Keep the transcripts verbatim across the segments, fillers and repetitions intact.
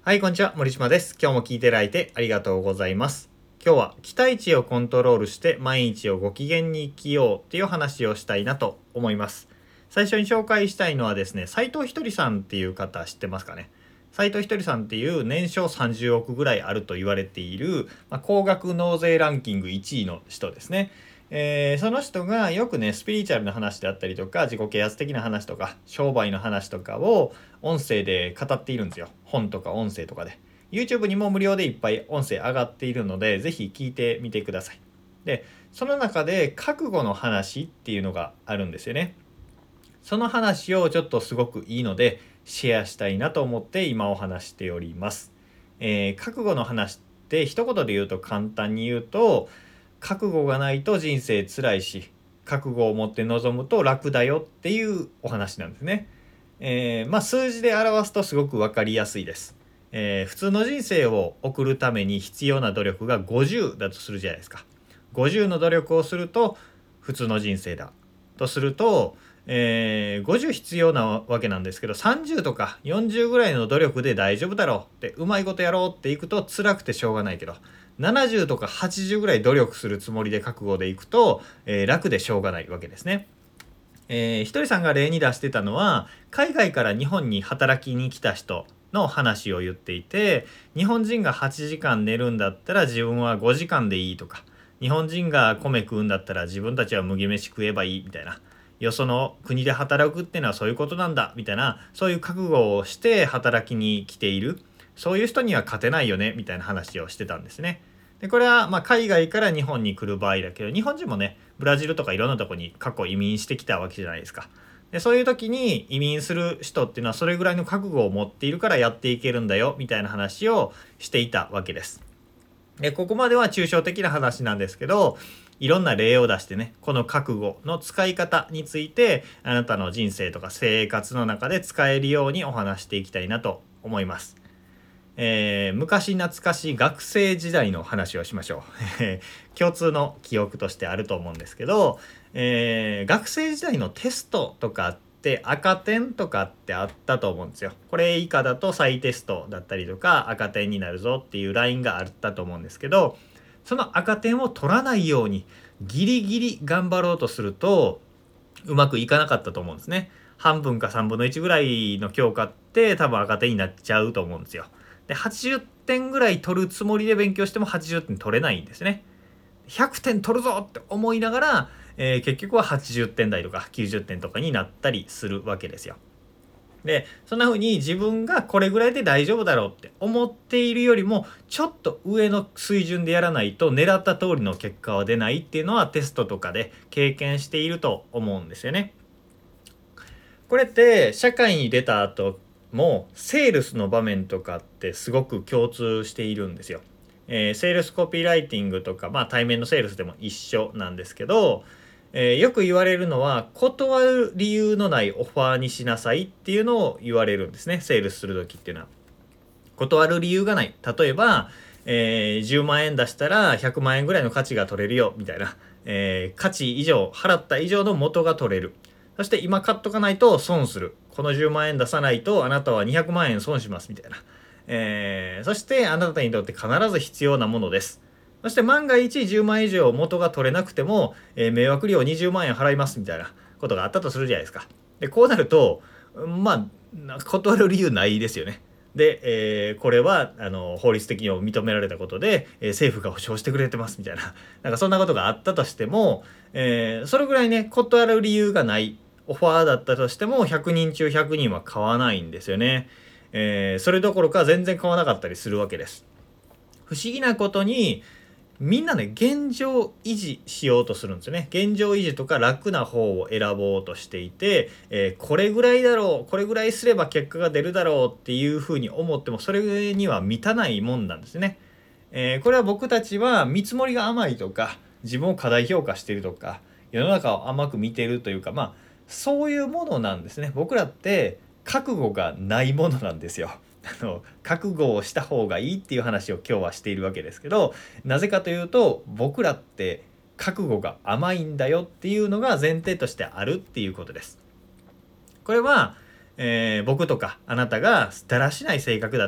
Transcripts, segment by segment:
はい、こんにちは。森島です。今日も聞いていただいてありがとうございます。今日は期待値をコントロールして毎日をご機嫌に生きようっていう話をしたいなと思います。最初に紹介したいのはですね、斉藤ひとりさんっていう方知ってますかね。斉藤ひとりさんっていう年商さんじゅうおくぐらいあると言われている、まあ、高額納税ランキングいちいの人ですね。えーその人がよくねスピリチュアルな話であったりとか自己啓発的な話とか商売の話とかを音声で語っているんですよ。本とか音声とかで YouTube にも無料でいっぱい音声上がっているのでぜひ聞いてみてください。でその中で覚悟の話っていうのがあるんですよね。その話をちょっとすごくいいのでシェアしたいなと思って今お話しております。えー覚悟の話って一言で言うと簡単に言うと、覚悟がないと人生辛いし、覚悟を持って臨むと楽だよっていうお話なんですね。えーまあ数字で表すとすごく分かりやすいです。えー普通の人生を送るために必要な努力がごじゅうだとするじゃないですか。ごじゅうの努力をすると普通の人生だとすると、えーごじゅう必要なわけなんですけど、さんじゅうとかよんじゅうぐらいの努力で大丈夫だろうってうまいことやろうっていくと辛くてしょうがないけど、ななじゅうとかはちじゅうぐらい努力するつもりで覚悟でいくと、えー楽でしょうがないわけですね。えー、ひとりさんが例に出してたのは海外から日本に働きに来た人の話を言っていて、日本人がはちじかん寝るんだったら自分はごじかんでいいとか、日本人が米食うんだったら自分たちは麦飯食えばいいみたいな、よその国で働くっていうのはそういうことなんだみたいな、そういう覚悟をして働きに来ている、そういう人には勝てないよねみたいな話をしてたんですね。でこれはまあ海外から日本に来る場合だけど、日本人もねブラジルとかいろんなとこに過去移民してきたわけじゃないですか。でそういう時に移民する人っていうのはそれぐらいの覚悟を持っているからやっていけるんだよみたいな話をしていたわけです。でここまでは抽象的な話なんですけど、いろんな例を出してね、この覚悟の使い方についてあなたの人生とか生活の中で使えるようにお話していきたいなと思います。えー昔懐かしい学生時代の話をしましょう。共通の記憶としてあると思うんですけど、えー学生時代のテストとかって赤点とかってあったと思うんですよ。これ以下だと再テストだったりとか赤点になるぞっていうラインがあったと思うんですけど、その赤点を取らないようにギリギリ頑張ろうとするとうまくいかなかったと思うんですね。半分かさんぶんのいちぐらいの教科って多分赤点になっちゃうと思うんですよ。ではちじゅってんぐらい取るつもりで勉強してもはちじゅってん取れないんですね。ひゃくてん取るぞって思いながら、えー結局ははちじゅってん台とかきゅうじゅってんとかになったりするわけですよ。でそんな風に自分がこれぐらいで大丈夫だろうって思っているよりもちょっと上の水準でやらないと狙った通りの結果は出ないっていうのはテストとかで経験していると思うんですよね。これって社会に出た後もセールスの場面とかってすごく共通しているんですよ。えーセールスコピーライティングとか、まあ、対面のセールスでも一緒なんですけど、えーよく言われるのは断る理由のないオファーにしなさいっていうのを言われるんですね。セールスする時っていうのは断る理由がない。例えば、えーじゅうまんえん出したらひゃくまんえんぐらいの価値が取れるよみたいな、えー価値以上払った以上の元が取れる。そして今買っとかないと損する。このじゅうまんえん出さないとあなたはにひゃくまんえん損しますみたいな。えーそしてあなたにとって必ず必要なものです。そして万が一じゅうまん以上元が取れなくても、えー迷惑料にじゅうまんえん払いますみたいなことがあったとするじゃないですか。でこうなるとまあ断る理由ないですよね。で、えーこれはあの法律的にも認められたことで、えー政府が保障してくれてますみたいな、なんかそんなことがあったとしても、えーそれぐらいね断る理由がないオファーだったとしてもひゃくにん中ひゃくにんは買わないんですよね。えーそれどころか全然買わなかったりするわけです。不思議なことにみんなね現状維持しようとするんですよね。現状維持とか楽な方を選ぼうとしていて、えーこれぐらいだろうこれぐらいすれば結果が出るだろうっていうふうに思ってもそれには満たないもんなんですね。えーこれは僕たちは見積もりが甘いとか自分を過大評価しているとか世の中を甘く見てるというか、まあそういうものなんですね。僕らって覚悟がないものなんですよ。あの覚悟をした方がいいっていう話を今日はしているわけですけど、なぜかというと僕らって覚悟が甘いんだよっていうのが前提としてあるっていうことです。これは、えー僕とかあなたがだらしない性格だとか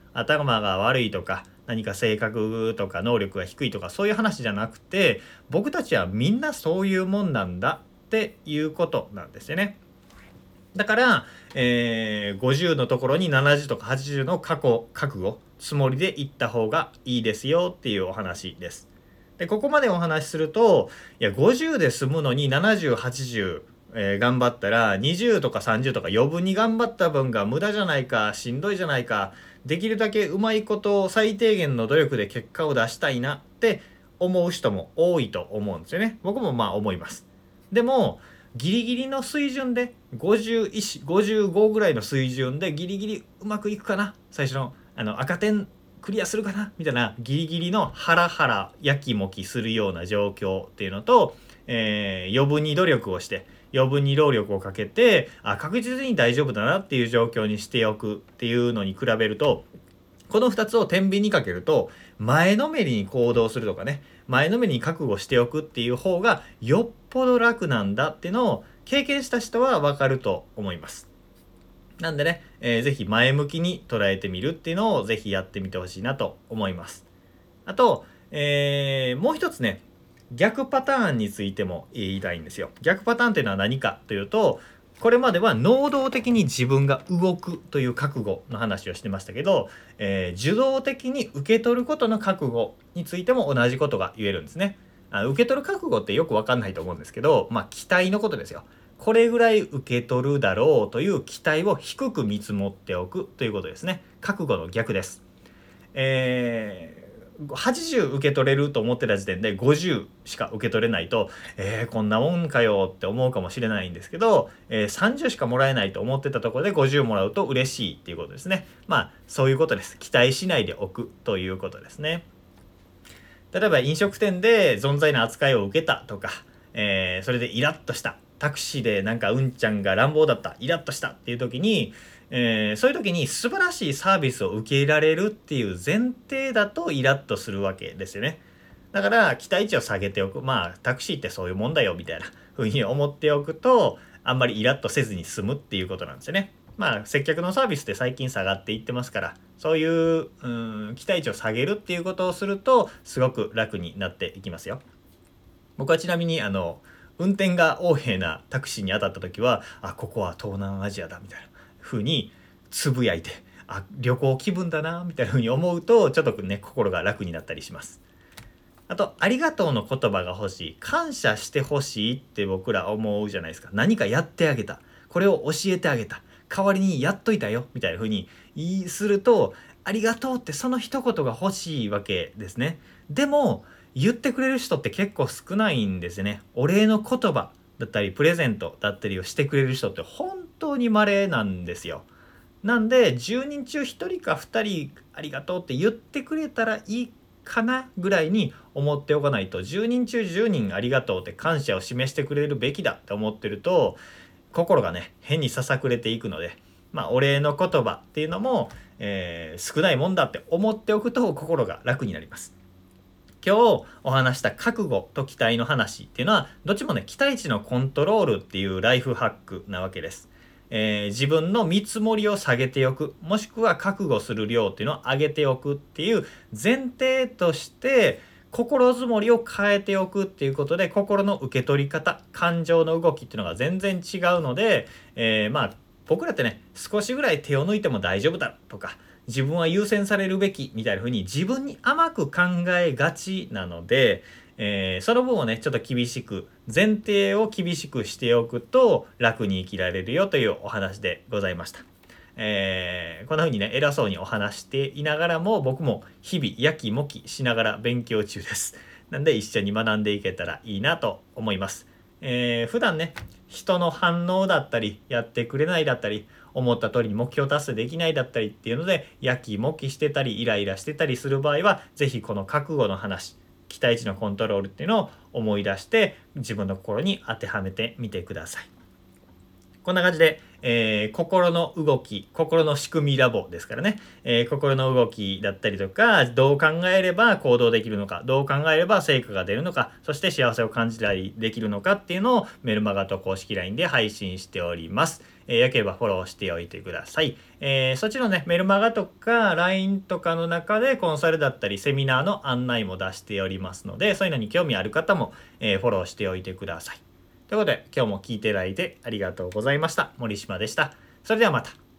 頭が悪いとか何か性格とか能力が低いとかそういう話じゃなくて、僕たちはみんなそういうもんなんだっていうことなんですよね。だから、えー、ごじゅうのところにななじゅうとかはちじゅうの過去覚悟つもりでいった方がいいですよっていうお話です。でここまでお話しすると、いやごじゅうで済むのにななじゅうはちじゅう、えー、頑張ったらにじゅうとかさんじゅうとか余分に頑張った分が無駄じゃないか、しんどいじゃないか、できるだけうまいこと最低限の努力で結果を出したいなって思う人も多いと思うんですよね。僕もまあ思います。でもギリギリの水準でごじゅういち、ごじゅうごぐらいの水準でギリギリうまくいくかな、最初のあの赤点クリアするかなみたいなギリギリのハラハラやきもきするような状況っていうのと、えー、余分に努力をして余分に労力をかけてあ確実に大丈夫だなっていう状況にしておくっていうのに比べると、このふたつを天秤にかけると前のめりに行動するとかね、前のめりに覚悟しておくっていう方がよっぽど楽なんだっていうのを経験した人はわかると思います。なんでね、えー、ぜひ前向きに捉えてみるっていうのをぜひやってみてほしいなと思います。あと、えー、もう一つね、逆パターンについても言いたいんですよ。逆パターンっていうのは何かというと、これまでは能動的に自分が動くという覚悟の話をしてましたけど、えー、受動的に受け取ることの覚悟についても同じことが言えるんですね。あ受け取る覚悟ってよく分かんないと思うんですけど、まあ期待のことですよ。これぐらい受け取るだろうという期待を低く見積もっておくということですね。覚悟の逆です。えー、はちじゅう受け取れると思ってた時点でごじゅうしか受け取れないと、えー、こんなもんかよって思うかもしれないんですけど、えー、さんじゅうしかもらえないと思ってたところでごじゅうもらうと嬉しいっていうことですね。まあそういうことです。期待しないでおくということですね。例えば飲食店で存在な扱いを受けたとか、えー、それでイラッとした、タクシーでなんかうんちゃんが乱暴だった、イラッとしたっていう時に、えー、そういう時に素晴らしいサービスを受け入れられるっていう前提だとイラッとするわけですよね。だから期待値を下げておく。まあタクシーってそういうもんだよみたいな風に思っておくと、あんまりイラッとせずに済むっていうことなんですよね。まあ接客のサービスって最近下がっていってますから、そういう、うん、期待値を下げるっていうことをするとすごく楽になっていきますよ。僕はちなみにあの運転が横柄なタクシーに当たった時は、あここは東南アジアだみたいな風につぶやいて、あ旅行気分だなみたいな風に思うとちょっとね心が楽になったりします。あとありがとうの言葉が欲しい、感謝してほしいって僕ら思うじゃないですか。何かやってあげた、これを教えてあげた、代わりにやっといたよみたいな風に言いすると、ありがとうってその一言が欲しいわけですね。でも言ってくれる人って結構少ないんですね。お礼の言葉だったりプレゼントだったりをしてくれる人って本当に稀なんですよ。なんでじゅうにん中ひとりかふたりありがとうって言ってくれたらいいかなぐらいに思っておかないと、じゅうにん中じゅうにんありがとうって感謝を示してくれるべきだって思ってると心がね変にささくれていくので、まあお礼の言葉っていうのも、えー、少ないもんだって思っておくと心が楽になります。今日お話した覚悟と期待の話っていうのはどっちもね期待値のコントロールっていうライフハックなわけです。えー、自分の見積もりを下げておく、もしくは覚悟する量っていうのを上げておくっていう前提として心づもりを変えておくっていうことで、心の受け取り方、感情の動きっていうのが全然違うので、えー、まあ僕らってね少しぐらい手を抜いても大丈夫だとか、自分は優先されるべきみたいな風に自分に甘く考えがちなので、えー、その分をねちょっと厳しく、前提を厳しくしておくと楽に生きられるよというお話でございました。えー、こんな風にね偉そうにお話していながらも僕も日々やきもきしながら勉強中です。なんで一緒に学んでいけたらいいなと思います。えー、普段ね人の反応だったりやってくれないだったり思った通りに目標達成できないだったりっていうのでやきもきしてたりイライラしてたりする場合は、ぜひこの覚悟の話、期待値のコントロールっていうのを思い出して自分の心に当てはめてみてください。こんな感じで、えー、心の動き、心の仕組みラボですからね、えー、心の動きだったりとか、どう考えれば行動できるのか、どう考えれば成果が出るのか、そして幸せを感じたりできるのかっていうのをメルマガと公式 ライン で配信しております。 えー、よければフォローしておいてください。えー、そっちのね、メルマガとか ライン とかの中でコンサルだったりセミナーの案内も出しておりますので、そういうのに興味ある方も、えー、フォローしておいてください。ということで、今日も聞いていただいてありがとうございました。森島でした。それではまた。